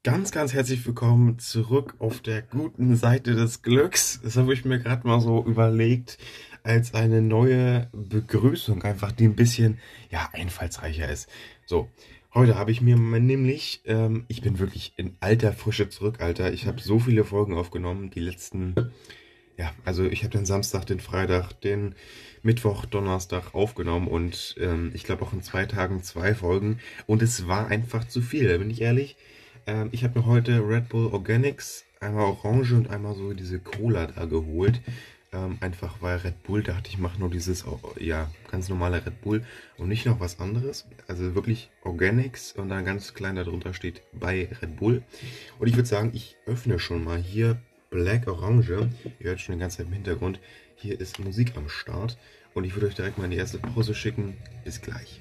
Ganz, ganz herzlich willkommen zurück auf der guten Seite des Glücks. Das habe ich mir gerade mal so überlegt, als eine neue Begrüßung, einfach die ein bisschen, ja, einfallsreicher ist. So, heute habe ich mir nämlich, ich bin wirklich in alter Frische zurück, Alter. Ich habe so viele Folgen aufgenommen, die letzten, ja, also ich habe den Samstag, den Freitag, den Mittwoch, Donnerstag aufgenommen und ich glaube auch in 2 Tagen 2 Folgen. Und es war einfach zu viel, da bin ich ehrlich. Ich habe mir heute Red Bull Organics, einmal Orange und einmal so diese Cola da geholt. Einfach weil Red Bull dachte, ich mache nur dieses, ja, ganz normale Red Bull und nicht noch was anderes. Also wirklich Organics und dann ganz klein darunter steht bei Red Bull. Und ich würde sagen, ich öffne schon mal hier Black Orange. Ihr hört schon die ganze Zeit im Hintergrund. Hier ist Musik am Start. Und ich würde euch direkt mal in die erste Pause schicken. Bis gleich.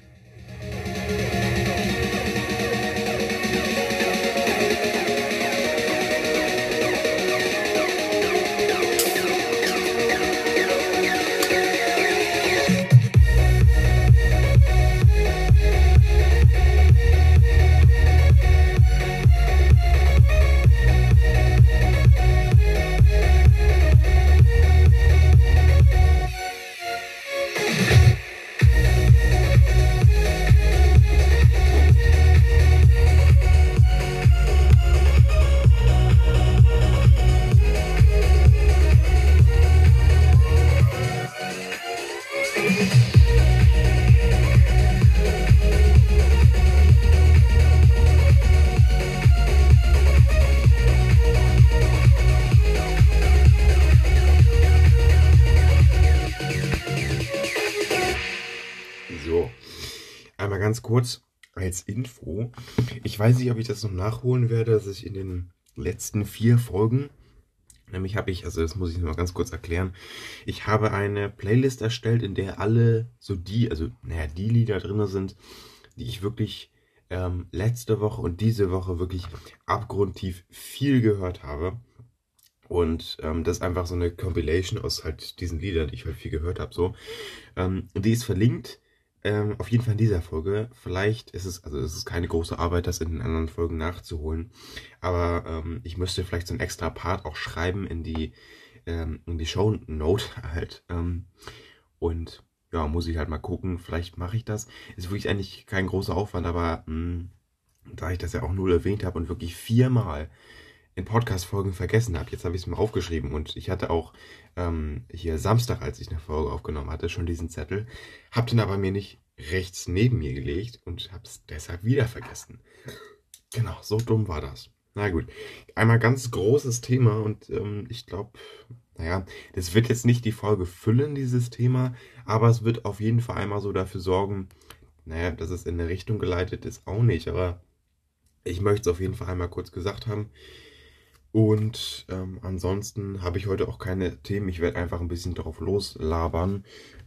So, einmal ganz kurz als Info. Ich weiß nicht, ob ich das noch nachholen werde, dass ich in den letzten 4 Folgen, nämlich habe ich, also das muss ich noch mal ganz kurz erklären, ich habe eine Playlist erstellt, in der alle so die, also naja, die Lieder drin sind, die ich wirklich letzte Woche und diese Woche wirklich abgrundtief viel gehört habe. Und das ist einfach so eine Compilation aus halt diesen Liedern, die ich halt viel gehört habe. So. Die ist verlinkt. Auf jeden Fall in dieser Folge. Vielleicht ist es, also es ist keine große Arbeit, das in den anderen Folgen nachzuholen. Aber ich müsste vielleicht so einen extra Part auch schreiben in die Shownote halt. Und ja, muss ich halt mal gucken. Vielleicht mache ich das. Ist wirklich eigentlich kein großer Aufwand, aber da ich das ja auch null erwähnt habe und wirklich 4-mal in Podcast-Folgen vergessen habe. Jetzt habe ich es mal aufgeschrieben und ich hatte auch hier Samstag, als ich eine Folge aufgenommen hatte, schon diesen Zettel, habe den aber mir nicht rechts neben mir gelegt und habe es deshalb wieder vergessen. Genau, so dumm war das. Na gut, einmal ganz großes Thema und ich glaube, naja, das wird jetzt nicht die Folge füllen, dieses Thema, aber es wird auf jeden Fall einmal so dafür sorgen, naja, dass es in eine Richtung geleitet ist, auch nicht, aber ich möchte es auf jeden Fall einmal kurz gesagt haben. Und ansonsten habe ich heute auch keine Themen. Ich werde einfach ein bisschen drauf loslabern.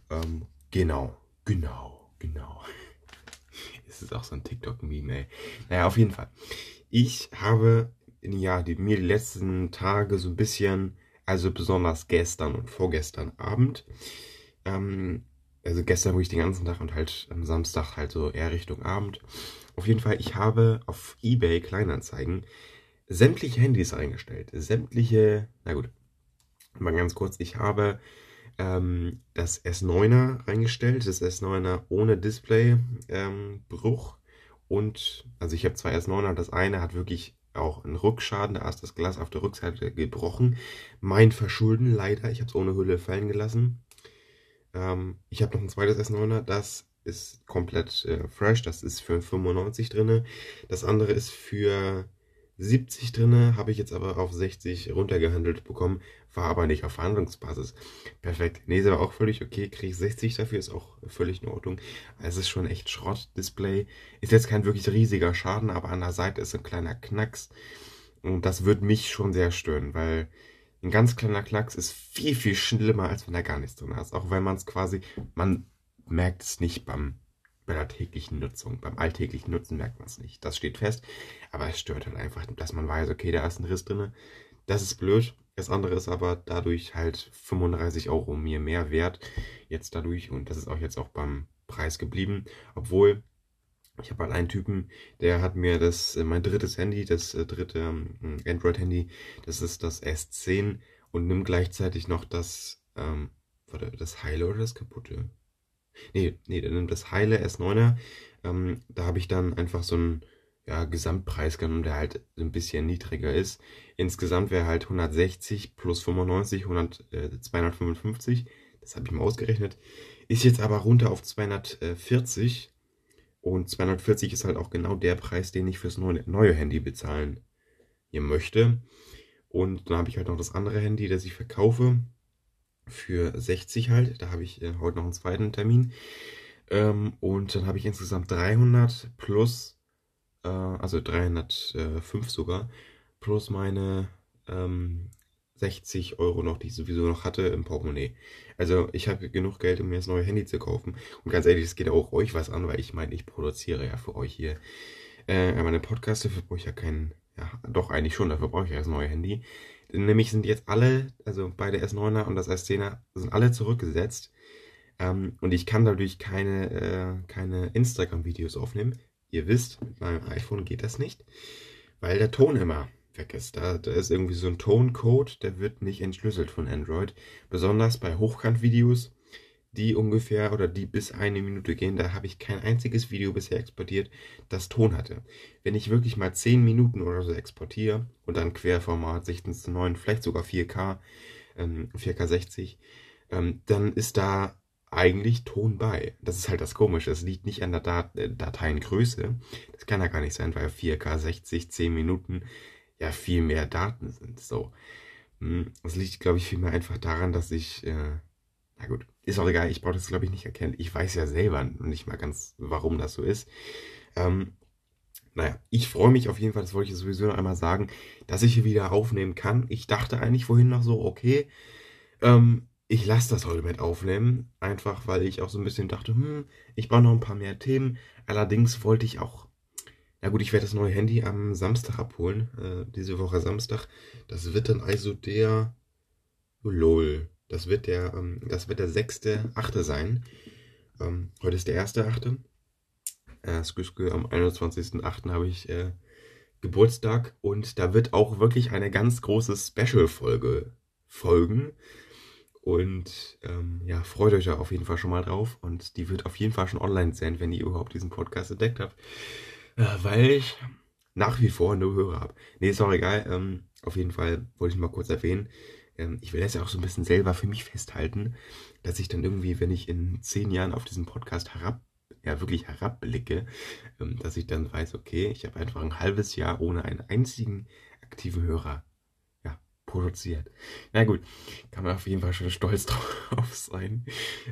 Genau. Es ist auch so ein TikTok-Meme, ey. Naja, auf jeden Fall. Ich habe ja, mir die letzten Tage so ein bisschen, also besonders gestern und vorgestern Abend, also gestern wirklich den ganzen Tag und halt am Samstag halt so eher Richtung Abend. Auf jeden Fall, ich habe auf eBay Kleinanzeigen sämtliche Handys eingestellt. Sämtliche, na gut, mal ganz kurz, ich habe das S9er reingestellt, das S9er ohne Display Bruch. Und, also ich habe zwei S9er, das eine hat wirklich auch einen Rückschaden, da ist das Glas auf der Rückseite gebrochen. Mein Verschulden leider, ich habe es ohne Hülle fallen gelassen. Ich habe noch ein zweites S9er, das ist komplett fresh, das ist für 95 drinne. Das andere ist für 70 drinne, habe ich jetzt aber auf 60 runtergehandelt bekommen, war aber nicht auf Verhandlungsbasis. Perfekt. Nee, ist aber auch völlig okay, kriege ich 60 dafür, ist auch völlig in Ordnung. Es ist schon echt Schrott-Display. Ist jetzt kein wirklich riesiger Schaden, aber an der Seite ist ein kleiner Knacks. Und das wird mich schon sehr stören, weil ein ganz kleiner Knacks ist viel, viel schlimmer, als wenn da gar nichts drin ist. Auch wenn man es quasi, man merkt es nicht bei der täglichen Nutzung. Beim alltäglichen Nutzen merkt man es nicht. Das steht fest. Aber es stört halt einfach, dass man weiß, okay, da ist ein Riss drin. Das ist blöd. Das andere ist aber dadurch halt 35 Euro mir mehr wert. Jetzt dadurch. Und das ist auch jetzt auch beim Preis geblieben. Obwohl Ich habe halt einen Typen, der hat mir mein drittes Handy, das dritte Android-Handy, das ist das S10 und nimmt gleichzeitig noch warte, das heile oder das kaputte? Nee, der nimmt das heile S9er. Da habe ich dann einfach so einen ja, Gesamtpreis genommen, der halt ein bisschen niedriger ist. Insgesamt wäre halt 160 plus 95, 255. Das habe ich mal ausgerechnet. Ist jetzt aber runter auf 240. Und 240 ist halt auch genau der Preis, den ich fürs neue Handy bezahlen hier möchte. Und dann habe ich halt noch das andere Handy, das ich verkaufe für 60 halt. Da habe ich heute noch einen zweiten Termin. Und dann habe ich insgesamt 300 plus, also 305 sogar, plus meine 60 Euro noch, die ich sowieso noch hatte im Portemonnaie. Also ich habe genug Geld, um mir das neue Handy zu kaufen. Und ganz ehrlich, es geht auch euch was an, weil ich meine, ich produziere ja für euch hier meine Podcasts. Dafür brauche ich ja keinen, ja doch eigentlich schon, dafür brauche ich ja das neue Handy. Nämlich sind jetzt alle, also beide S9er und das S10er, sind alle zurückgesetzt. Und ich kann dadurch keine Instagram-Videos aufnehmen. Ihr wisst, mit meinem iPhone geht das nicht, weil der Ton immer weg ist. Da ist irgendwie so ein Toncode, der wird nicht entschlüsselt von Android. Besonders bei Hochkant-Videos, die ungefähr oder die bis 1 Minute gehen, da habe ich kein einziges Video bisher exportiert, das Ton hatte. Wenn ich wirklich mal 10 Minuten oder so exportiere und dann Querformat 16:9, vielleicht sogar 4K, 4K 60, dann ist da eigentlich Ton bei. Das ist halt das Komische. Es liegt nicht an der Dateiengröße. Das kann ja gar nicht sein, weil 4K 60, 10 Minuten ja viel mehr Daten sind. So. Es liegt, glaube ich, vielmehr einfach daran, dass ich, na gut, ist auch egal, ich brauche das, glaube ich, nicht erkennen. Ich weiß ja selber nicht mal ganz, warum das so ist. Naja, ich freue mich auf jeden Fall, das wollte ich sowieso noch einmal sagen, dass ich hier wieder aufnehmen kann. Ich dachte eigentlich vorhin noch so, okay, ich lasse das heute mit aufnehmen, einfach weil ich auch so ein bisschen dachte, ich brauche noch ein paar mehr Themen. Allerdings wollte ich auch, na gut, ich werde das neue Handy am Samstag abholen, diese Woche Samstag. Das wird dann also das wird der 6.8. sein. Heute ist der 1.8. Am 21.8. habe ich Geburtstag und da wird auch wirklich eine ganz große Special-Folge folgen. Und ja, freut euch da auf jeden Fall schon mal drauf. Und die wird auf jeden Fall schon online sein, wenn ihr überhaupt diesen Podcast entdeckt habt. Weil ich nach wie vor nur Hörer habe. Nee, ist auch egal. Auf jeden Fall wollte ich mal kurz erwähnen. Ich will das ja auch so ein bisschen selber für mich festhalten, dass ich dann irgendwie, wenn ich in 10 Jahren auf diesen Podcast wirklich herabblicke, dass ich dann weiß, okay, ich habe einfach ein halbes Jahr ohne einen einzigen aktiven Hörer produziert. Na gut, kann man auf jeden Fall schon stolz drauf sein.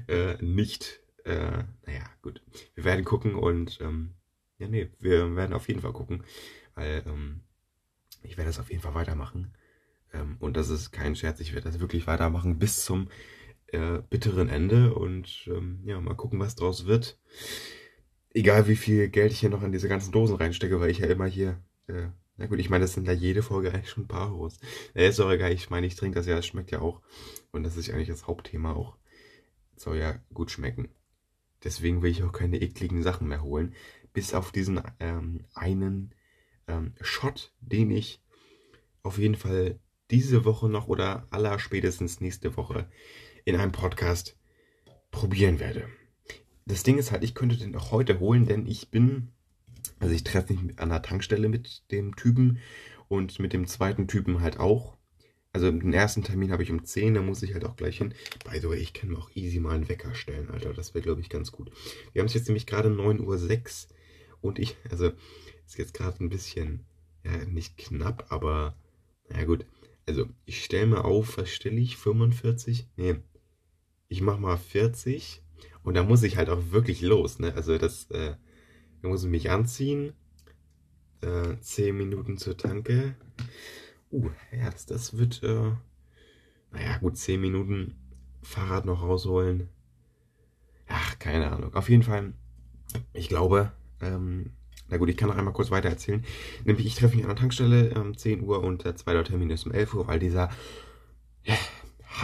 Naja, gut. Wir werden gucken und wir werden auf jeden Fall gucken, weil ich werde das auf jeden Fall weitermachen. Und das ist kein Scherz, ich werde das wirklich weitermachen bis zum bitteren Ende und ja, mal gucken, was draus wird. Egal wie viel Geld ich hier noch in diese ganzen Dosen reinstecke, weil ich ja immer hier na gut, ich meine, das sind ja jede Folge eigentlich schon ein paar Euros. Ist auch egal, ich meine, ich trinke das ja, es schmeckt ja auch. Und das ist eigentlich das Hauptthema auch. Soll ja gut schmecken. Deswegen will ich auch keine ekligen Sachen mehr holen. Bis auf diesen einen Shot, den ich auf jeden Fall diese Woche noch oder allerspätestens nächste Woche in einem Podcast probieren werde. Das Ding ist halt, ich könnte den auch heute holen, denn ich treffe mich an der Tankstelle mit dem Typen und mit dem zweiten Typen halt auch. Also den ersten Termin habe ich um 10, da muss ich halt auch gleich hin. By the way, ich kann mir auch easy mal einen Wecker stellen, Alter. Das wäre, glaube ich, ganz gut. Wir haben es jetzt nämlich gerade 9:06 Uhr und ist jetzt gerade ein bisschen, ja, nicht knapp, aber, naja gut. Also, ich stelle mir auf, was stelle ich? 45? Nee, ich mache mal 40 und da muss ich halt auch wirklich los, ne? Also da muss ich mich anziehen. 10 Minuten zur Tanke. Ja, das wird, naja, gut, 10 Minuten Fahrrad noch rausholen. Ach, keine Ahnung. Auf jeden Fall, ich glaube, na gut, ich kann noch einmal kurz weiter erzählen. Nämlich, ich treffe mich an der Tankstelle 10 Uhr und der zweite Termin ist um 11 Uhr, weil dieser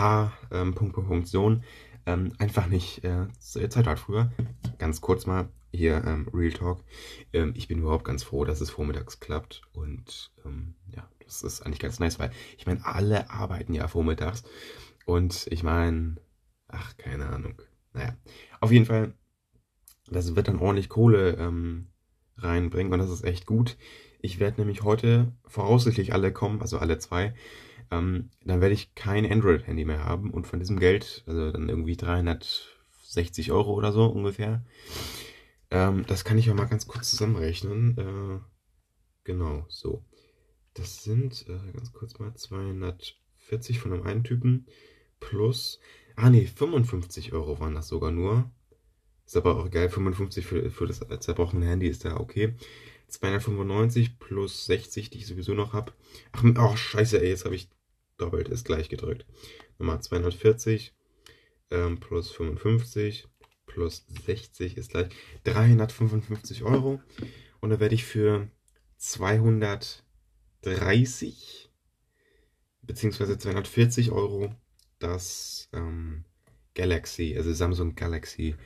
Sohn einfach nicht Zeit hat früher. Ganz kurz mal, hier, Real Talk. Ich bin überhaupt ganz froh, dass es vormittags klappt. Und ja, das ist eigentlich ganz nice, weil ich meine, alle arbeiten ja vormittags. Und ich meine, ach, keine Ahnung. Naja, auf jeden Fall, das wird dann ordentlich Kohle reinbringen und das ist echt gut. Ich werde nämlich heute voraussichtlich alle kommen, also alle zwei. Dann werde ich kein Android-Handy mehr haben und von diesem Geld, also dann irgendwie 360 Euro oder so ungefähr, das kann ich ja mal ganz kurz zusammenrechnen. Genau, so. Das sind, ganz kurz mal, 240 von dem einen Typen plus, ah nee, 55 Euro waren das sogar nur. Ist aber auch geil, 55 für das zerbrochene Handy ist da okay. 295 plus 60, die ich sowieso noch habe. Ach, oh, scheiße, ey, jetzt habe ich doppelt, ist gleich gedrückt. Nochmal 240 plus 55 plus 60 ist gleich 355 Euro. Und da werde ich für 230 beziehungsweise 240 Euro das Galaxy, also Samsung Galaxy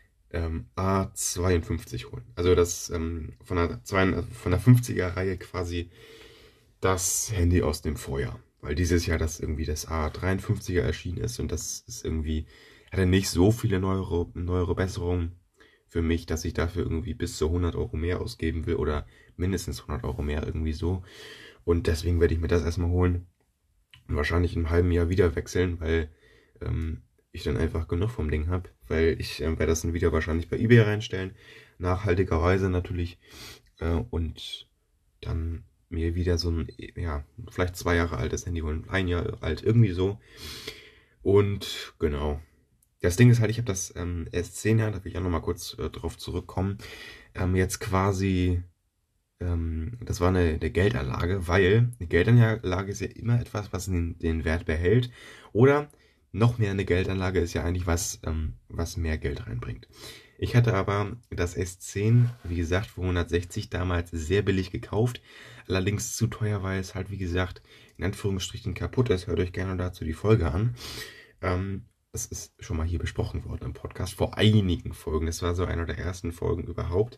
A52 holen. Also das von der 50er Reihe quasi das Handy aus dem Vorjahr. Weil dieses Jahr das irgendwie das A53er erschienen ist und das ist irgendwie, hatte nicht so viele neuere Besserungen für mich, dass ich dafür irgendwie bis zu 100 Euro mehr ausgeben will oder mindestens 100 Euro mehr irgendwie so. Und deswegen werde ich mir das erstmal holen und wahrscheinlich in einem halben Jahr wieder wechseln, weil ich dann einfach genug vom Ding habe, weil ich werde das dann wieder wahrscheinlich bei eBay reinstellen, nachhaltigerweise natürlich, und dann mir wieder so ein, ja, vielleicht 2 Jahre altes Handy holen, 1 Jahr alt, irgendwie so. Und genau. Das Ding ist halt, ich habe das S10, ja, da will ich auch nochmal kurz drauf zurückkommen, jetzt quasi, das war eine Geldanlage, weil eine Geldanlage ist ja immer etwas, was den Wert behält, oder noch mehr eine Geldanlage ist ja eigentlich was, was mehr Geld reinbringt. Ich hatte aber das S10, wie gesagt, für 160 damals sehr billig gekauft. Allerdings zu teuer, weil es halt, wie gesagt, in Anführungsstrichen kaputt ist. Hört euch gerne dazu die Folge an. Es ist schon mal hier besprochen worden im Podcast vor einigen Folgen. Das war so eine der ersten Folgen überhaupt.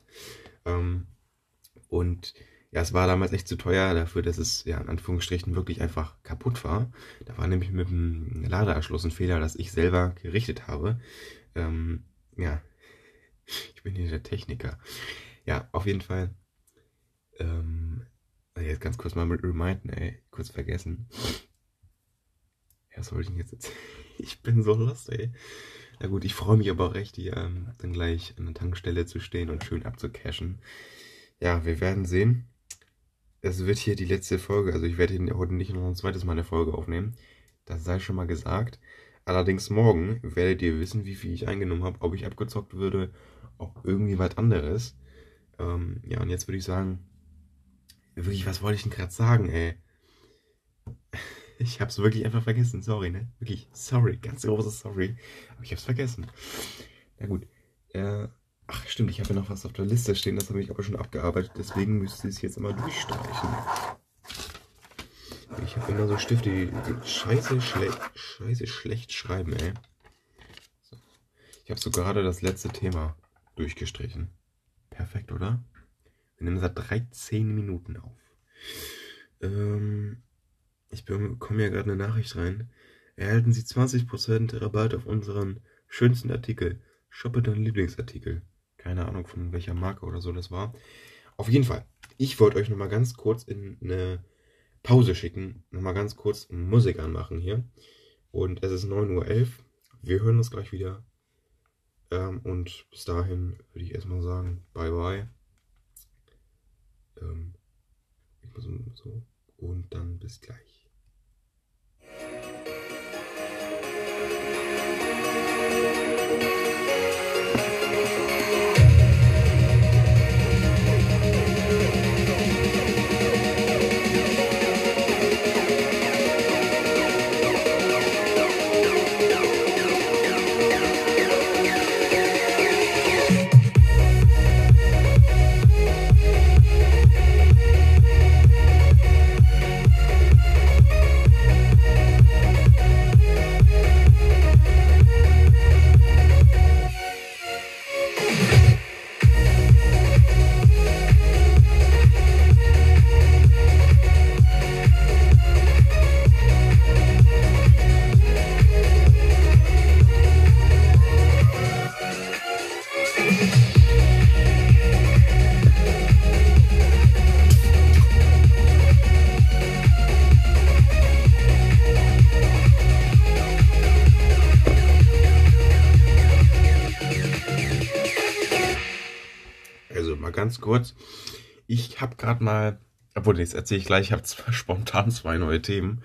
Und ja, es war damals echt zu teuer dafür, dass es ja in Anführungsstrichen wirklich einfach kaputt war. Da war nämlich mit dem Ladeanschluss ein Fehler, das ich selber gerichtet habe. Ja, ich bin hier der Techniker. Ja, auf jeden Fall. Jetzt ganz kurz mal mit Reminden, ey. Kurz vergessen. Ja, was wollte ich denn jetzt erzählen? Ich bin so lost, ey. Na gut, ich freue mich aber auch recht, hier dann gleich an der Tankstelle zu stehen und schön abzucashen. Ja, wir werden sehen. Es wird hier die letzte Folge, also ich werde hier heute nicht noch ein zweites Mal eine Folge aufnehmen. Das sei schon mal gesagt. Allerdings morgen werdet ihr wissen, wie viel ich eingenommen habe, ob ich abgezockt würde, ob irgendwie was anderes. Ja, und jetzt würde ich sagen, wirklich, was wollte ich denn gerade sagen, ey? Ich hab's wirklich einfach vergessen, sorry, ne? Wirklich, sorry, ganz großes Sorry. Aber ich hab's vergessen. Na gut, ach stimmt, ich habe ja noch was auf der Liste stehen, das habe ich aber schon abgearbeitet, deswegen müsste ich es jetzt immer durchstreichen. Ich habe immer so Stifte, die scheiße schlecht schreiben, ey. So. Ich habe so gerade das letzte Thema durchgestrichen. Perfekt, oder? Wir nehmen seit 13 Minuten auf. Ich bekomme ja gerade eine Nachricht rein. Erhalten Sie 20% Rabatt auf unseren schönsten Artikel. Shoppe deinen Lieblingsartikel. Keine Ahnung, von welcher Marke oder so das war. Auf jeden Fall, ich wollte euch nochmal ganz kurz in eine Pause schicken. Nochmal ganz kurz Musik anmachen hier. Und es ist 9:11 Uhr. Wir hören uns gleich wieder. Und bis dahin würde ich erstmal sagen, bye bye. Ich muss so. Und dann bis gleich. ganz kurz. Ich habe gerade mal, obwohl, das erzähle ich gleich, ich habe spontan 2 neue Themen.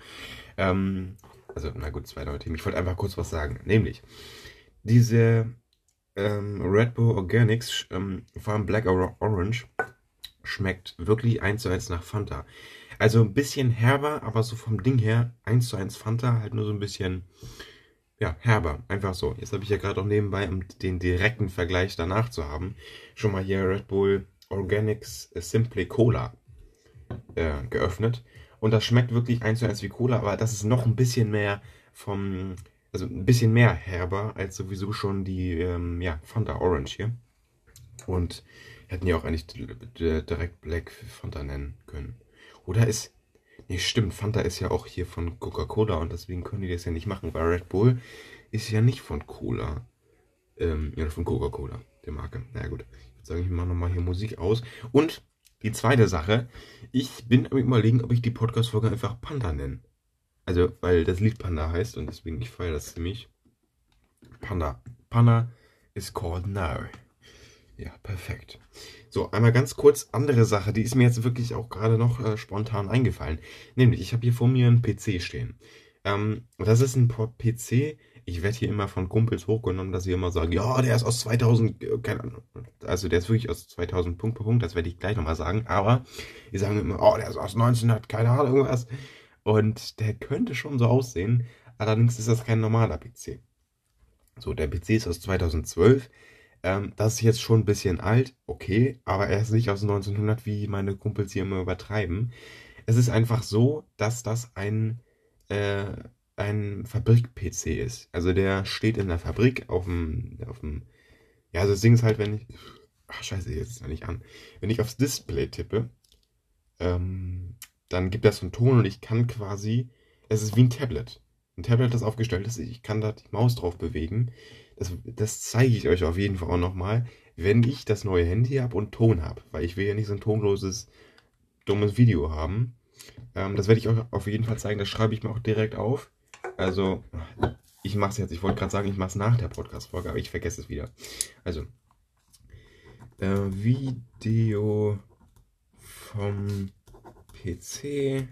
Also, na gut, 2 neue Themen. Ich wollte einfach kurz was sagen. Nämlich, diese Red Bull Organics, vor allem Black Orange, schmeckt wirklich 1:1 nach Fanta. Also ein bisschen herber, aber so vom Ding her 1:1 Fanta, halt nur so ein bisschen, ja, herber. Einfach so. Jetzt habe ich ja gerade auch nebenbei, um den direkten Vergleich danach zu haben, schon mal hier Red Bull Organics Simply Cola geöffnet. Und das schmeckt wirklich 1:1 wie Cola, aber das ist noch ein bisschen mehr also ein bisschen mehr herber als sowieso schon die ja, Fanta Orange hier. Und hätten ja auch eigentlich direkt Black Fanta nennen können. Oder ist. Nee, stimmt, Fanta ist ja auch hier von Coca-Cola und deswegen können die das ja nicht machen, weil Red Bull ist ja nicht von Cola. Ja, von Coca-Cola, der Marke. Na gut, jetzt sage ich mal nochmal hier Musik aus. Und die zweite Sache, ich bin am Überlegen, ob ich die Podcast-Folge einfach Panda nenne. Also, weil das Lied Panda heißt und deswegen, ich feiere das ziemlich. Panda. Panda is called now. Ja, perfekt. So, einmal ganz kurz andere Sache, die ist mir jetzt wirklich auch gerade noch spontan eingefallen. Nämlich, ich habe hier vor mir einen PC stehen. Das ist ein PC, ich werde hier immer von Kumpels hochgenommen, dass sie immer sagen, ja, der ist aus 2000, keine Ahnung. Also der ist wirklich aus 2000, Punkt, Punkt, Punkt, das werde ich gleich nochmal sagen. Aber die sagen immer, oh, der ist aus 1900, keine Ahnung, irgendwas. Und der könnte schon so aussehen, allerdings ist das kein normaler PC. So, der PC ist aus 2012. Das ist jetzt schon ein bisschen alt, okay, aber er ist nicht aus 1900, wie meine Kumpels hier immer übertreiben. Es ist einfach so, dass das äh, ein Fabrik-PC ist. Also der steht in der Fabrik ja, also das Ding ist halt, wenn ich, ach scheiße, jetzt ist er nicht an. Wenn ich aufs Display tippe, dann gibt das so einen Ton und ich kann quasi, es ist wie ein Tablet. Ein Tablet, das aufgestellt ist, ich kann da die Maus drauf bewegen. Das zeige ich euch auf jeden Fall auch nochmal, wenn ich das neue Handy habe und Ton habe. Weil ich will ja nicht so ein tonloses, dummes Video haben. Das werde ich euch auf jeden Fall zeigen. Das schreibe ich mir auch direkt auf. Also, ich mache es jetzt. Ich wollte gerade sagen, ich mache es nach der Podcast-Folge, aber ich vergesse es wieder. Also, Video vom PC,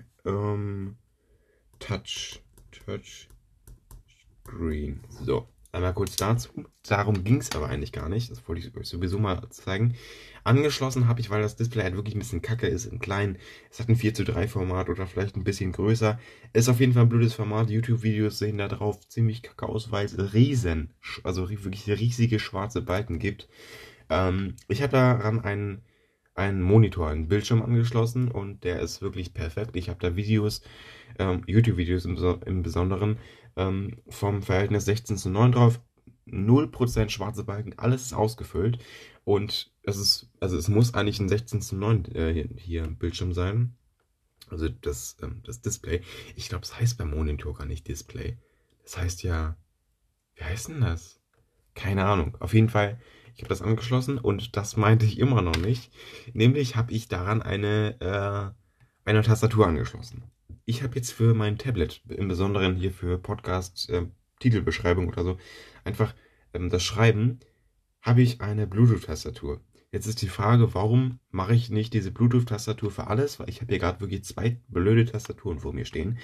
Touchscreen. So, einmal kurz dazu. Darum ging es aber eigentlich gar nicht. Das wollte ich euch sowieso mal zeigen. Angeschlossen habe ich, weil das Display halt wirklich ein bisschen kacke ist, in klein. Es hat ein 4:3 Format oder vielleicht ein bisschen größer. Ist auf jeden Fall ein blödes Format. YouTube-Videos sehen da drauf ziemlich kacke aus, weil es also wirklich riesige schwarze Balken gibt. Ich habe daran einen Monitor, einen Bildschirm angeschlossen und der ist wirklich perfekt. Ich habe da Videos, YouTube-Videos im Besonderen, vom Verhältnis 16:9 drauf. 0% schwarze Balken, alles ist ausgefüllt und es muss eigentlich ein 16:9 hier Bildschirm sein. Also das Display. Ich glaube, es heißt beim Monitor gar nicht Display. Das heißt ja, wie heißt denn das? Keine Ahnung. Auf jeden Fall, ich habe das angeschlossen und das meinte ich immer noch nicht. Nämlich habe ich daran eine Tastatur angeschlossen. Ich habe jetzt für mein Tablet, im Besonderen hier für Podcast, Titelbeschreibung oder so, einfach das Schreiben, habe ich eine Bluetooth-Tastatur. Jetzt ist die Frage, warum mache ich nicht diese Bluetooth-Tastatur für alles? Weil ich habe hier gerade wirklich 2 blöde Tastaturen vor mir stehen.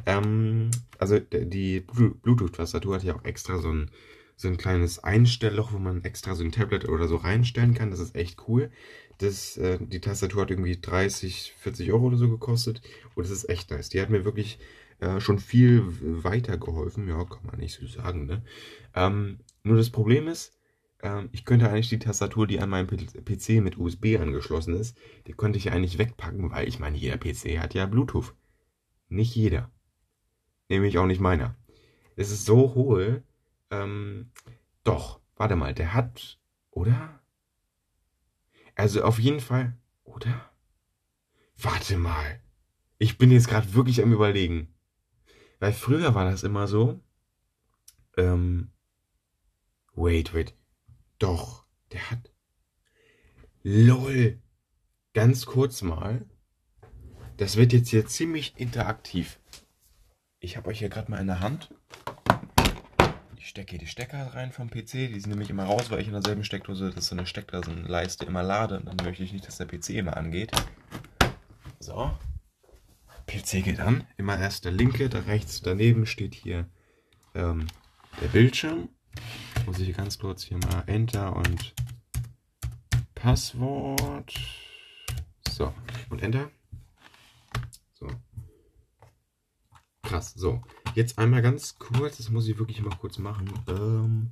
Also die Bluetooth-Tastatur hat ja auch extra so ein kleines Einstellloch, wo man extra so ein Tablet oder so reinstellen kann. Das ist echt cool. Die Tastatur hat irgendwie 30, 40 Euro oder so gekostet. Und das ist echt nice. Die hat mir wirklich schon viel weitergeholfen. Ja, kann man nicht so sagen, ne? Nur das Problem ist, ich könnte eigentlich die Tastatur, die an meinem PC mit USB angeschlossen ist, die könnte ich ja eigentlich wegpacken, weil ich meine, jeder PC hat ja Bluetooth. Nicht jeder. Nämlich auch nicht meiner. Es ist so hohl. Doch, warte mal, der hat, oder? Also auf jeden Fall, oder? Warte mal. Ich bin jetzt gerade wirklich am Überlegen. Weil früher war das immer so. Wait. Doch, der hat. LOL. Ganz kurz mal. Das wird jetzt hier ziemlich interaktiv. Ich habe euch hier gerade mal in der Hand. Ich Ich stecke hier die Stecker rein vom PC. Die sind nämlich immer raus, weil ich in derselben Steckdose, das ist so eine Steckdosenleiste, immer lade. Und dann möchte ich nicht, dass der PC immer angeht. So. PC geht an. Immer erst der linke, da rechts daneben steht hier der Bildschirm. Muss ich ganz kurz hier mal Enter und Passwort. So. Und Enter. So. Krass. So. Jetzt einmal ganz kurz, das muss ich wirklich mal kurz machen.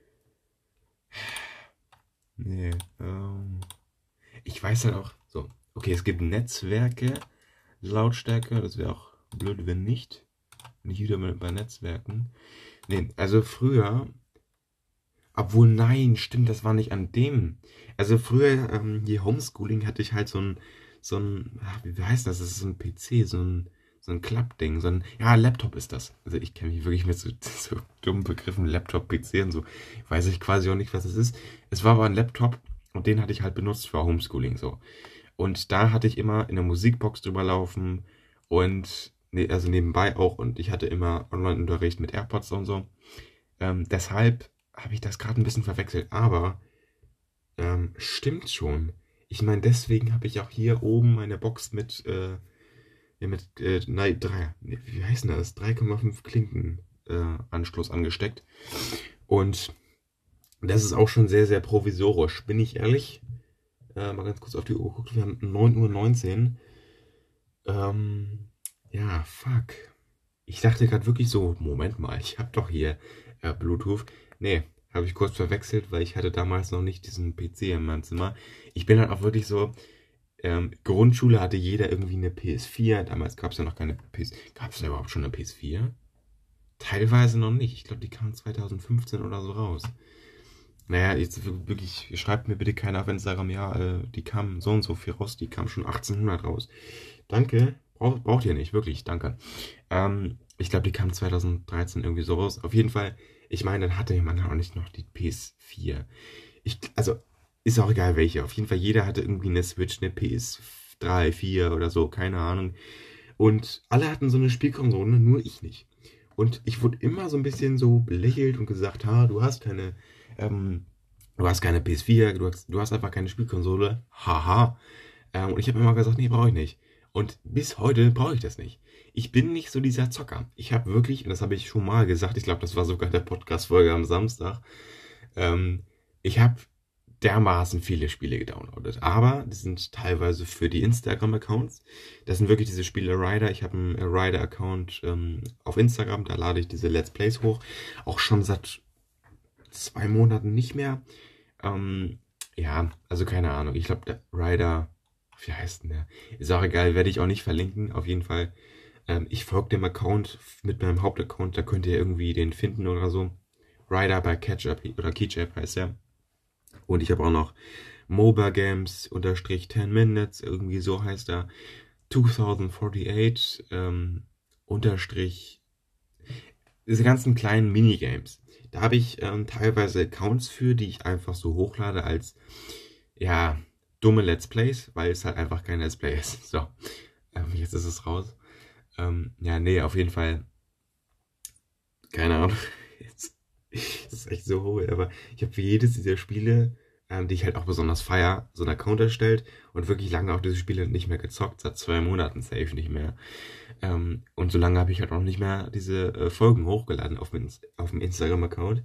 Ich weiß halt auch. So. Okay, es gibt Netzwerke. Lautstärke, das wäre auch blöd, wenn nicht. Nicht wieder bei Netzwerken. Nee, also früher. Obwohl, nein, stimmt, das war nicht an dem. Also früher, hier Homeschooling hatte ich halt so ein, wie heißt das? Das ist so ein PC, so ein Klappding, ja, Laptop ist das. Also ich kenne mich wirklich mit so dummen Begriffen, Laptop, PC und so. Weiß ich quasi auch nicht, was es ist. Es war aber ein Laptop und den hatte ich halt benutzt für Homeschooling, so. Und da hatte ich immer in der Musikbox drüber laufen und, also nebenbei auch, und ich hatte immer Online-Unterricht mit AirPods und so. Deshalb habe ich das gerade ein bisschen verwechselt, aber stimmt schon. Ich meine, deswegen habe ich auch hier oben meine Box mit, nein, wie heißt denn das? 3,5 Klinken Anschluss angesteckt. Und das ist auch schon sehr, sehr provisorisch, bin ich ehrlich. Mal ganz kurz auf die Uhr gucken, wir haben 9:19 Uhr. Ja, fuck. Ich dachte gerade wirklich so, Moment mal, ich habe doch hier Bluetooth. Nee, habe ich kurz verwechselt, weil ich hatte damals noch nicht diesen PC in meinem Zimmer. Ich bin dann auch wirklich so, Grundschule hatte jeder irgendwie eine PS4. Damals gab es ja noch keine PS. Gab es da überhaupt schon eine PS4? Teilweise noch nicht. Ich glaube, die kam 2015 oder so raus. Naja, jetzt wirklich, schreibt mir bitte keiner auf Instagram, ja, die kam so und so viel raus, die kam schon 1800 raus. Danke, braucht ihr nicht, wirklich, danke. Ich glaube, die kam 2013 irgendwie so raus. Auf jeden Fall, ich meine, dann hatte man auch nicht noch die PS4. Also, ist auch egal welche. Auf jeden Fall, jeder hatte irgendwie eine Switch, eine PS3, 4 oder so, keine Ahnung. Und alle hatten so eine Spielkonsole, nur ich nicht. Und ich wurde immer so ein bisschen so belächelt und gesagt, du hast keine PS4, du hast einfach keine Spielkonsole. Haha. Und ich habe immer gesagt, nee, brauche ich nicht. Und bis heute brauche ich das nicht. Ich bin nicht so dieser Zocker. Ich habe wirklich, und das habe ich schon mal gesagt, ich glaube, das war sogar der Podcast-Folge am Samstag, ich habe dermaßen viele Spiele gedownloadet. Aber die sind teilweise für die Instagram-Accounts. Das sind wirklich diese Spiele Rider. Ich habe einen Rider-Account auf Instagram, da lade ich diese Let's Plays hoch. Auch schon seit 2 Monaten nicht mehr. Ja, also keine Ahnung. Ich glaube, der Rider, wie heißt denn der? Ist auch egal, werde ich auch nicht verlinken. Auf jeden Fall. Ich folge dem Account mit meinem Hauptaccount, da könnt ihr irgendwie den finden oder so. Rider bei Ketchup oder Ketchup heißt er. Und ich habe auch noch MOBA Games unterstrich 10 Minutes, irgendwie so heißt er. 2048 unterstrich diese ganzen kleinen Minigames. Da habe ich teilweise Accounts für, die ich einfach so hochlade als, ja, dumme Let's Plays, weil es halt einfach kein Let's Play ist. So, jetzt ist es raus. Ja, nee, auf jeden Fall. Keine Ahnung. Das ist echt so hohl, aber ich habe für jedes dieser Spiele, die ich halt auch besonders feier, so einen Account erstellt und wirklich lange auch diese Spiele nicht mehr gezockt, seit 2 Monaten safe nicht mehr. Und so lange habe ich halt auch nicht mehr diese Folgen hochgeladen auf dem Instagram-Account.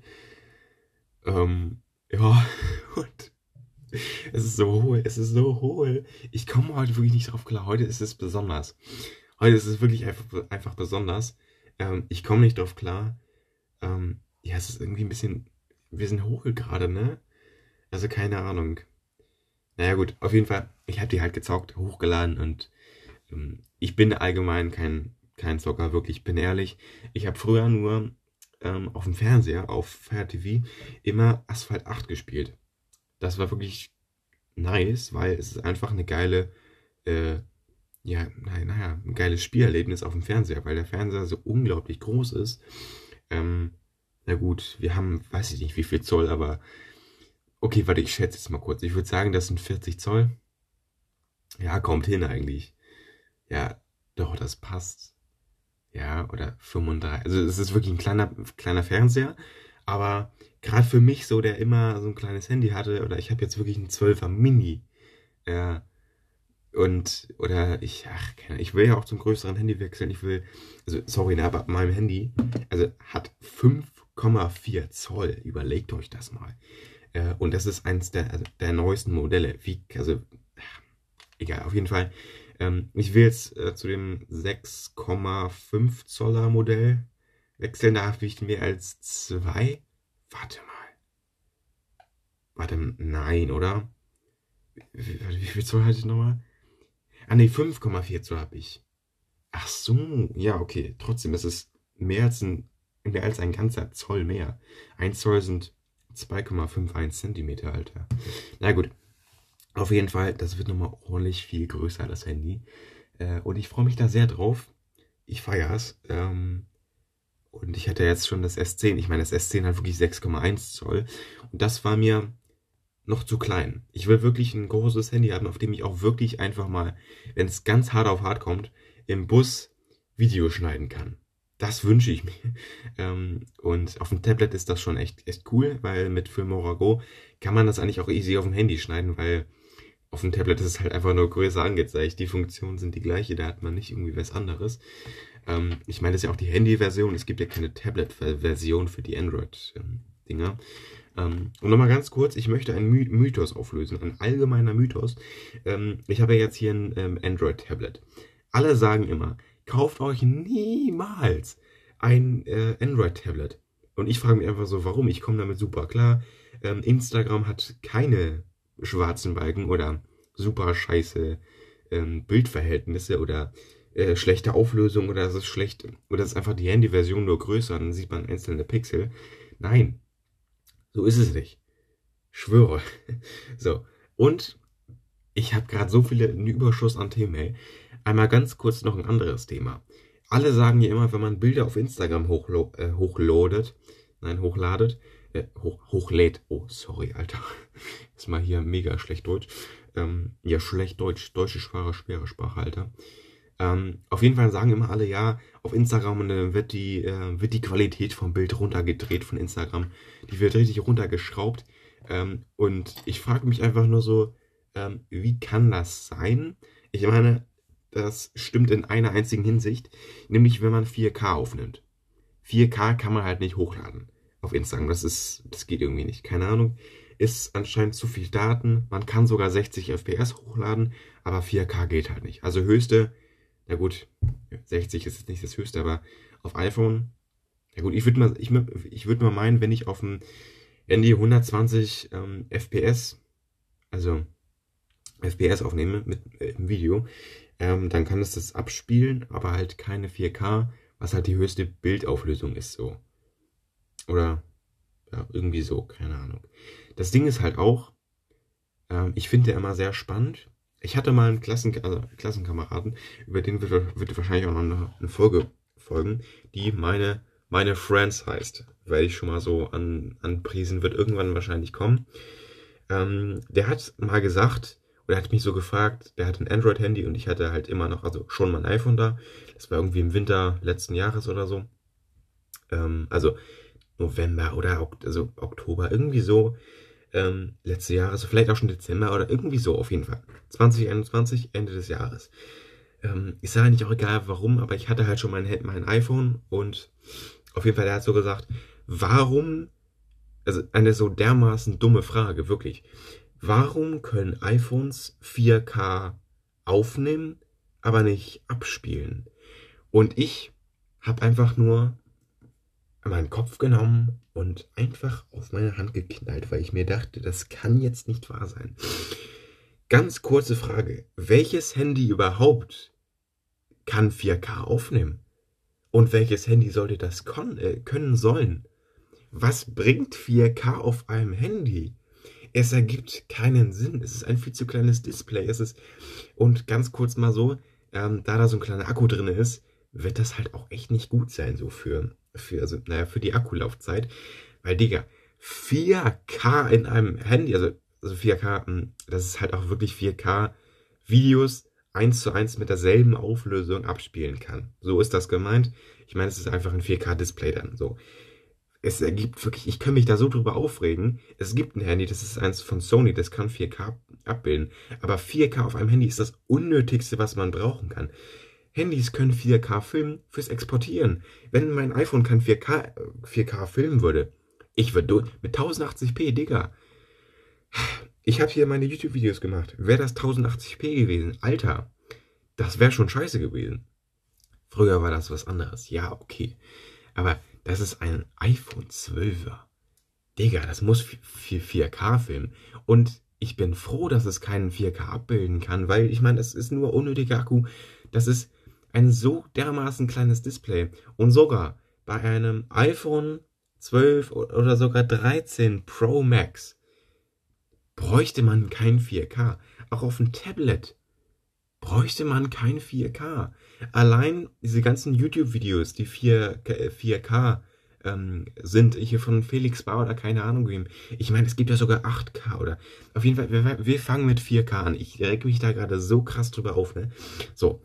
Ja, und es ist so hohl. Ich komme heute wirklich nicht drauf klar. Heute ist es besonders. Heute ist es wirklich einfach besonders. Ich komme nicht drauf klar. Ja, es ist irgendwie ein bisschen, wir sind hohl gerade, ne? Also keine Ahnung. Naja gut, auf jeden Fall, ich habe die halt gezockt, hochgeladen und ich bin allgemein kein Zocker, wirklich, bin ehrlich. Ich habe früher nur auf dem Fernseher, auf Fire TV, immer Asphalt 8 gespielt. Das war wirklich nice, weil es ist einfach eine geile, ein geiles Spielerlebnis auf dem Fernseher, weil der Fernseher so unglaublich groß ist. Na gut, wir haben, weiß ich nicht, wie viel Zoll, aber okay, warte, ich schätze jetzt mal kurz. Ich würde sagen, das sind 40 Zoll. Ja, kommt hin eigentlich. Ja, doch, das passt. Ja, oder 35. Also es ist wirklich ein kleiner Fernseher, Aber gerade für mich so, der immer so ein kleines Handy hatte, oder ich habe jetzt wirklich einen 12er Mini, äh, ich will ja auch zum größeren Handy wechseln. Also sorry, ne, aber mein Handy, also hat 5,4 Zoll. Überlegt euch das mal. Und das ist eins der neuesten Modelle. Egal, auf jeden Fall. Ich will jetzt zu dem 6,5 Zoller Modell wechseln. Da habe ich mehr als zwei. Warte mal. Warte, nein, oder? Wie viel Zoll hatte ich nochmal? Ah, nee, 5,4 Zoll habe ich. Ach so, ja, okay. Trotzdem, es ist mehr als ein ganzer Zoll mehr. Ein Zoll sind 2,51 Zentimeter, Alter. Na gut, auf jeden Fall, das wird nochmal ordentlich viel größer, das Handy. Und ich freue mich da sehr drauf. Ich feiere es. Und ich hatte jetzt schon das S10. Ich meine, das S10 hat wirklich 6,1 Zoll. Und das war mir noch zu klein. Ich will wirklich ein großes Handy haben, auf dem ich auch wirklich einfach mal, wenn es ganz hart auf hart kommt, im Bus Video schneiden kann. Das wünsche ich mir. Und auf dem Tablet ist das schon echt cool, weil mit Filmora Go kann man das eigentlich auch easy auf dem Handy schneiden, weil auf dem Tablet ist es halt einfach nur größer angezeigt. Die Funktionen sind die gleiche, da hat man nicht irgendwie was anderes. Ich meine, das ist ja auch die Handy-Version. Es gibt ja keine Tablet-Version für die Android-Dinger. Und nochmal ganz kurz, ich möchte einen Mythos auflösen, ein allgemeiner Mythos. Ich habe ja jetzt hier ein Android-Tablet. Alle sagen immer, kauft euch niemals ein Android-Tablet. Und ich frage mich einfach so, warum? Ich komme damit super klar. Instagram hat keine schwarzen Balken oder super scheiße Bildverhältnisse oder schlechte Auflösung oder es ist schlecht oder es ist einfach die Handy-Version nur größer, dann sieht man einzelne Pixel. Nein, so ist es nicht. Schwöre. So. Und ich habe gerade so einen Überschuss an Themen, ey. Einmal ganz kurz noch ein anderes Thema. Alle sagen ja immer, wenn man Bilder auf Instagram hochlädt, oh, sorry, Alter. Ist mal hier mega schlecht Deutsch. Ja, schlecht Deutsch. Deutsche Sprache, schwere Sprache, Alter. Auf jeden Fall sagen immer alle, ja, auf Instagram wird die Qualität vom Bild runtergedreht von Instagram. Die wird richtig runtergeschraubt. Und ich frage mich einfach nur so, wie kann das sein? Ich meine, das stimmt in einer einzigen Hinsicht, nämlich wenn man 4K aufnimmt. 4K kann man halt nicht hochladen auf Instagram. Das geht irgendwie nicht. Keine Ahnung. Ist anscheinend zu viel Daten. Man kann sogar 60 FPS hochladen, aber 4K geht halt nicht. Also höchste, na gut, 60 ist jetzt nicht das höchste, aber auf iPhone, na gut, ich würde mal meinen, wenn ich auf dem Handy 120 FPS, also FPS aufnehme im Video, dann kann es das abspielen, aber halt keine 4K, was halt die höchste Bildauflösung ist, so. Oder, ja, irgendwie so, keine Ahnung. Das Ding ist halt auch, ich finde ja immer sehr spannend. Ich hatte mal einen Klassenkameraden, über den wird wahrscheinlich auch noch eine Folge folgen, die meine Friends heißt. Werde ich schon mal so anpriesen, wird irgendwann wahrscheinlich kommen. Der hat mal gesagt, oder hat mich so gefragt, der hat ein Android-Handy und ich hatte halt immer noch, also schon mein iPhone da. Das war irgendwie im Winter letzten Jahres oder so. Also November oder also Oktober, irgendwie so. Letztes Jahr, also vielleicht auch schon Dezember oder irgendwie so auf jeden Fall. 2021, Ende des Jahres. Ist ja eigentlich auch egal warum, aber ich hatte halt schon mein iPhone und auf jeden Fall, der hat so gesagt, warum, also eine so dermaßen dumme Frage, wirklich. Warum können iPhones 4K aufnehmen, aber nicht abspielen? Und ich habe einfach nur meinen Kopf genommen und einfach auf meine Hand geknallt, weil ich mir dachte, das kann jetzt nicht wahr sein. Ganz kurze Frage. Welches Handy überhaupt kann 4K aufnehmen? Und welches Handy sollte das können sollen? Was bringt 4K auf einem Handy? Es ergibt keinen Sinn. Es ist ein viel zu kleines Display. Und ganz kurz mal so, da so ein kleiner Akku drin ist, wird das halt auch echt nicht gut sein, so für die Akkulaufzeit. Weil, Digga, 4K in einem Handy, also 4K, das ist halt auch wirklich 4K Videos 1:1 mit derselben Auflösung abspielen kann. So ist das gemeint. Ich meine, es ist einfach ein 4K Display dann, so. es ergibt wirklich, ich kann mich da so drüber aufregen. Es gibt ein Handy, das ist eins von Sony, das kann 4K abbilden. Aber 4K auf einem Handy ist das Unnötigste, was man brauchen kann. Handys können 4K filmen fürs Exportieren. Wenn mein iPhone kein 4K filmen würde, ich würde mit 1080p, Digga. Ich habe hier meine YouTube-Videos gemacht. Wäre das 1080p gewesen? Alter, das wäre schon scheiße gewesen. Früher war das was anderes. Ja, okay. Aber das ist ein iPhone 12er. Digga, das muss für 4K filmen. Und ich bin froh, dass es keinen 4K abbilden kann, weil ich meine, es ist nur unnötiger Akku. Das ist ein so dermaßen kleines Display. Und sogar bei einem iPhone 12 oder sogar 13 Pro Max bräuchte man kein 4K. Auch auf dem Tablet bräuchte man kein 4K. Allein diese ganzen YouTube-Videos, die 4K sind, hier von Felix Bar oder keine Ahnung wem. Ich meine, es gibt ja sogar 8K oder. Auf jeden Fall, wir fangen mit 4K an. Ich reg mich da gerade so krass drüber auf, ne? So.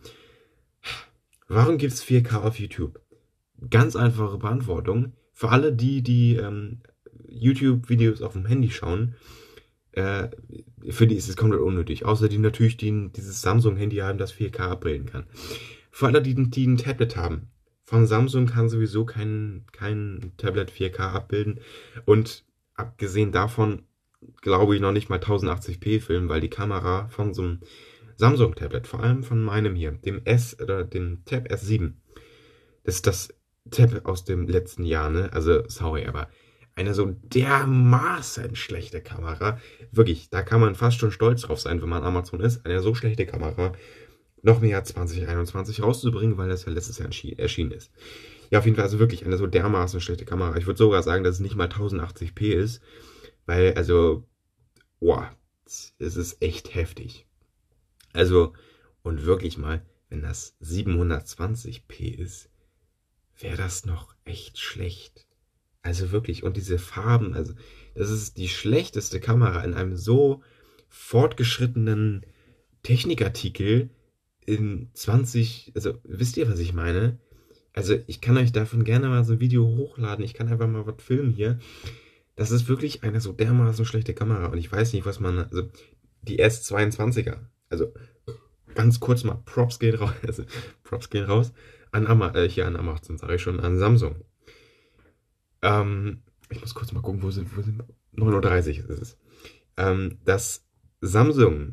Warum gibt's 4K auf YouTube? Ganz einfache Beantwortung. Für alle die YouTube-Videos auf dem Handy schauen, für die ist es komplett unnötig. Außer die natürlich dieses Samsung-Handy haben, das 4K abbilden kann. Für alle, die ein Tablet haben. Von Samsung kann sowieso kein Tablet 4K abbilden. Und abgesehen davon glaube ich noch nicht mal 1080p filmen, weil die Kamera von so einem Samsung-Tablet, vor allem von meinem hier, dem Tab S7, das ist das Tab aus dem letzten Jahr, ne? Also, sorry, aber eine so dermaßen schlechte Kamera. Wirklich, da kann man fast schon stolz drauf sein, wenn man Amazon ist, eine so schlechte Kamera noch im Jahr 2021 rauszubringen, weil das ja letztes Jahr erschienen ist. Ja, auf jeden Fall, also wirklich eine so dermaßen schlechte Kamera. Ich würde sogar sagen, dass es nicht mal 1080p ist, weil, also, boah, es ist echt heftig. Also, und wirklich mal, wenn das 720p ist, wäre das noch echt schlecht. Also wirklich, und diese Farben, also das ist die schlechteste Kamera in einem so fortgeschrittenen Technikartikel in 20, also wisst ihr, was ich meine? Also ich kann euch davon gerne mal so ein Video hochladen, ich kann einfach mal was filmen hier. Das ist wirklich eine so dermaßen schlechte Kamera und ich weiß nicht, was man, also die S22er, also ganz kurz mal Props gehen raus, also Props gehen raus an Amazon, sage ich schon, an Samsung. Ich muss kurz mal gucken, wo sind 9:30 Uhr ist es. Das Samsung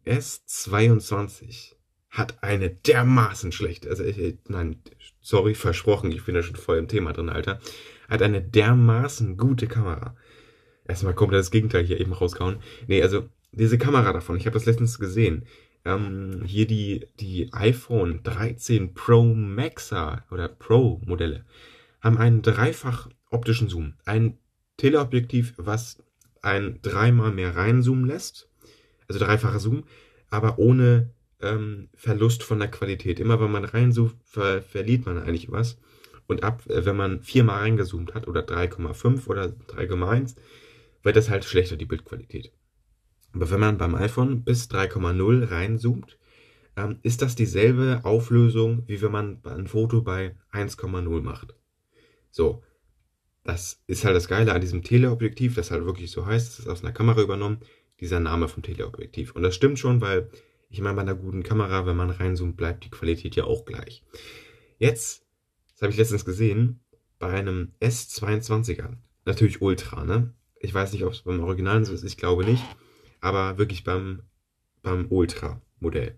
S22 hat eine dermaßen schlechte, also nein, sorry, versprochen, ich bin ja schon voll im Thema drin, Alter, hat eine dermaßen gute Kamera. Erstmal kommt das Gegenteil hier eben rausgehauen. Nee, also diese Kamera davon, ich habe das letztens gesehen. Hier die iPhone 13 Pro Maxer oder Pro Modelle haben einen dreifach optischen Zoom. Ein Teleobjektiv, was ein dreimal mehr reinzoomen lässt. Also dreifacher Zoom, aber ohne Verlust von der Qualität. Immer wenn man reinzoomt, verliert man eigentlich was. Und wenn man 4-mal reingezoomt hat oder 3,5 oder 3,1, wird das halt schlechter, die Bildqualität. Aber wenn man beim iPhone bis 3,0 reinzoomt, ist das dieselbe Auflösung, wie wenn man ein Foto bei 1,0 macht. So, das ist halt das Geile an diesem Teleobjektiv, das halt wirklich so heißt, das ist aus einer Kamera übernommen, dieser Name vom Teleobjektiv. Und das stimmt schon, weil ich meine, bei einer guten Kamera, wenn man reinzoomt, bleibt die Qualität ja auch gleich. Jetzt, das habe ich letztens gesehen, bei einem S22er, natürlich Ultra, ne? Ich weiß nicht, ob es beim Original so ist, ich glaube nicht, aber wirklich beim Ultra-Modell.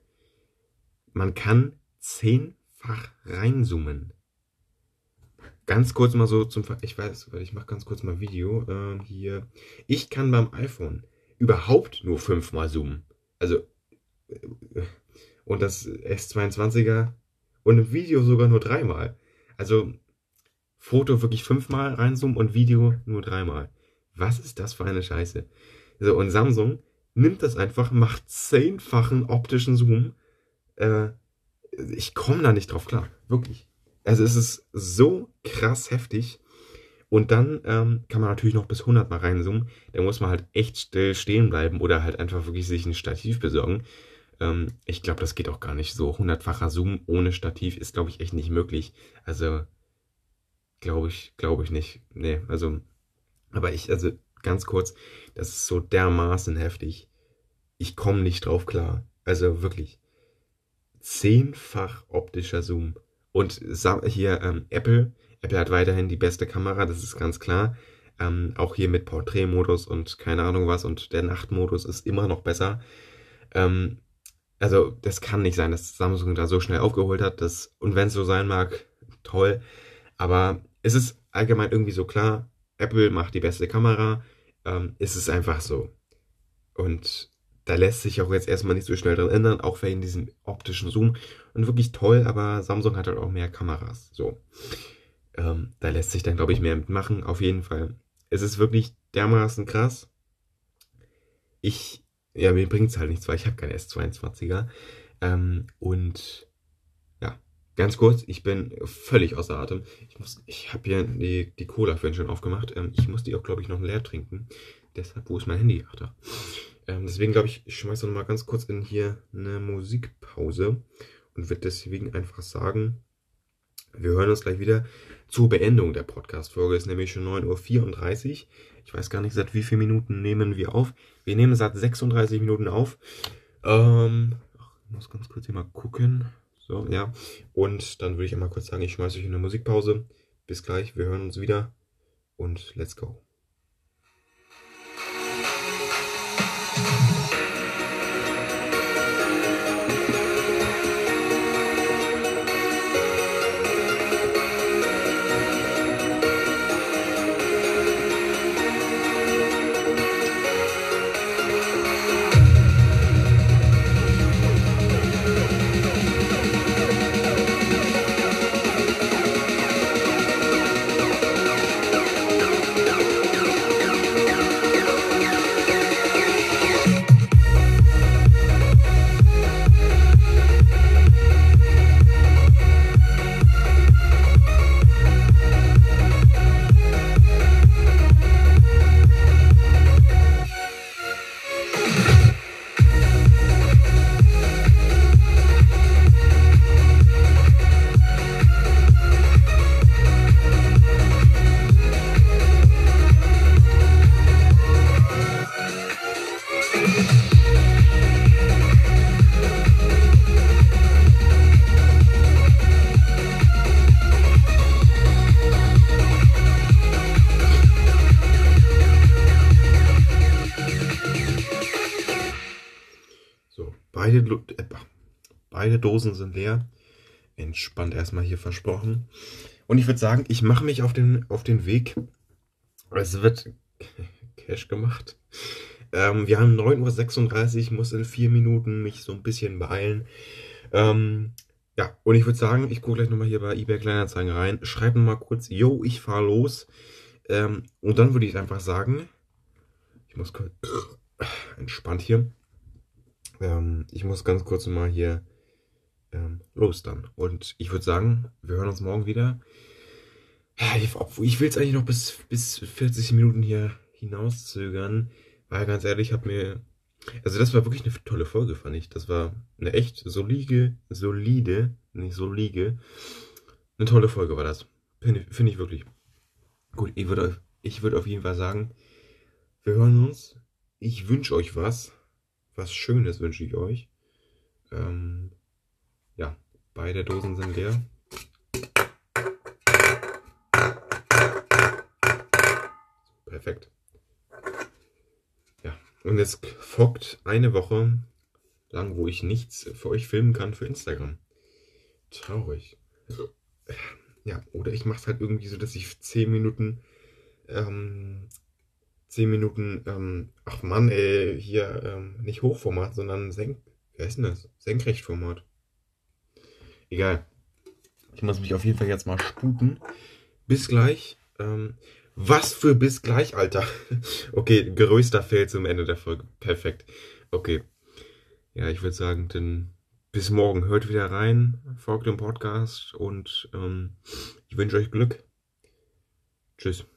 Man kann 10-fach reinzoomen. Ganz kurz mal so ich mache ganz kurz mal Video, hier. Ich kann beim iPhone überhaupt nur 5-mal zoomen. Also, und das S22er und im Video sogar nur 3-mal. Also, Foto wirklich 5-mal reinzoomen und Video nur 3-mal. Was ist das für eine Scheiße? So, und Samsung nimmt das einfach, macht 10-fachen optischen Zoom. Ich komme da nicht drauf klar. Wirklich. Also es ist so krass heftig. Und dann kann man natürlich noch bis 100 mal reinzoomen. Da muss man halt echt still stehen bleiben oder halt einfach wirklich sich ein Stativ besorgen. Ich glaube, das geht auch gar nicht so. 100-facher Zoom ohne Stativ ist, glaube ich, echt nicht möglich. Also Glaube ich nicht. Nee, also, also ganz kurz, das ist so dermaßen heftig. Ich komme nicht drauf klar. Also wirklich. 10-fach optischer Zoom. Und hier Apple hat weiterhin die beste Kamera, das ist ganz klar. Auch hier mit Porträtmodus und keine Ahnung was und der Nachtmodus ist immer noch besser. Ähm, also das kann nicht sein, dass Samsung da so schnell aufgeholt hat. Und wenn es so sein mag, toll. Aber es ist allgemein irgendwie so klar, Apple macht die beste Kamera. Es ist einfach so. Und da lässt sich auch jetzt erstmal nicht so schnell dran ändern, auch wegen diesem optischen Zoom. Und wirklich toll, aber Samsung hat halt auch mehr Kameras. So. Da lässt sich dann, glaube ich, mehr mitmachen. Auf jeden Fall. Es ist wirklich dermaßen krass. Mir bringt es halt nichts, weil ich habe kein S22er. Und ja, ganz kurz, ich bin völlig außer Atem. Ich habe hier die Cola vorhin schon aufgemacht. Ich muss die auch, glaube ich, noch leer trinken. Deshalb, wo ist mein Handy? Ach da. Deswegen glaube ich schmeiße noch mal ganz kurz in hier eine Musikpause und würde deswegen einfach sagen, wir hören uns gleich wieder zur Beendung der Podcast-Folge. Ist nämlich schon 9:34 Uhr. Ich weiß gar nicht, seit wie vielen Minuten nehmen wir auf. Wir nehmen seit 36 Minuten auf. Ich muss ganz kurz hier mal gucken. So, ja. Und dann würde ich einmal kurz sagen, ich schmeiße euch in eine Musikpause. Bis gleich, wir hören uns wieder und let's go. Beide Dosen sind leer. Entspannt erstmal hier versprochen. Und ich würde sagen, ich mache mich auf den Weg. Es wird Cash gemacht. Wir haben 9:36 Uhr, ich muss in 4 Minuten mich so ein bisschen beeilen. Ja, und ich würde sagen, ich gucke gleich nochmal hier bei eBay Kleinanzeigen rein. Schreibt nochmal kurz, yo, ich fahre los. Und dann würde ich einfach sagen, ich muss kurz entspannt hier. Ich muss ganz kurz mal hier los dann. Und ich würde sagen, wir hören uns morgen wieder. Ich will es eigentlich noch bis 40 Minuten hier hinauszögern, weil ganz ehrlich, also das war wirklich eine tolle Folge, fand ich. Das war eine echt solide, eine tolle Folge war das. Finde ich wirklich. Gut, ich würde auf jeden Fall sagen, wir hören uns. Ich wünsche euch was Schönes wünsche ich euch. Ja, beide Dosen sind leer. Perfekt. Ja, und jetzt folgt eine Woche lang, wo ich nichts für euch filmen kann für Instagram. Traurig. Ja, oder ich mache es halt irgendwie so, dass ich 10 Minuten, ach Mann, ey, hier nicht Hochformat, sondern wie heißt denn das? Senkrechtformat. Egal. Ich muss mich auf jeden Fall jetzt mal sputen. Bis gleich. Was für bis gleich, Alter? Okay, größter Fail zum Ende der Folge. Perfekt. Okay. Ja, ich würde sagen, dann bis morgen. Hört wieder rein, folgt dem Podcast und ich wünsche euch Glück. Tschüss.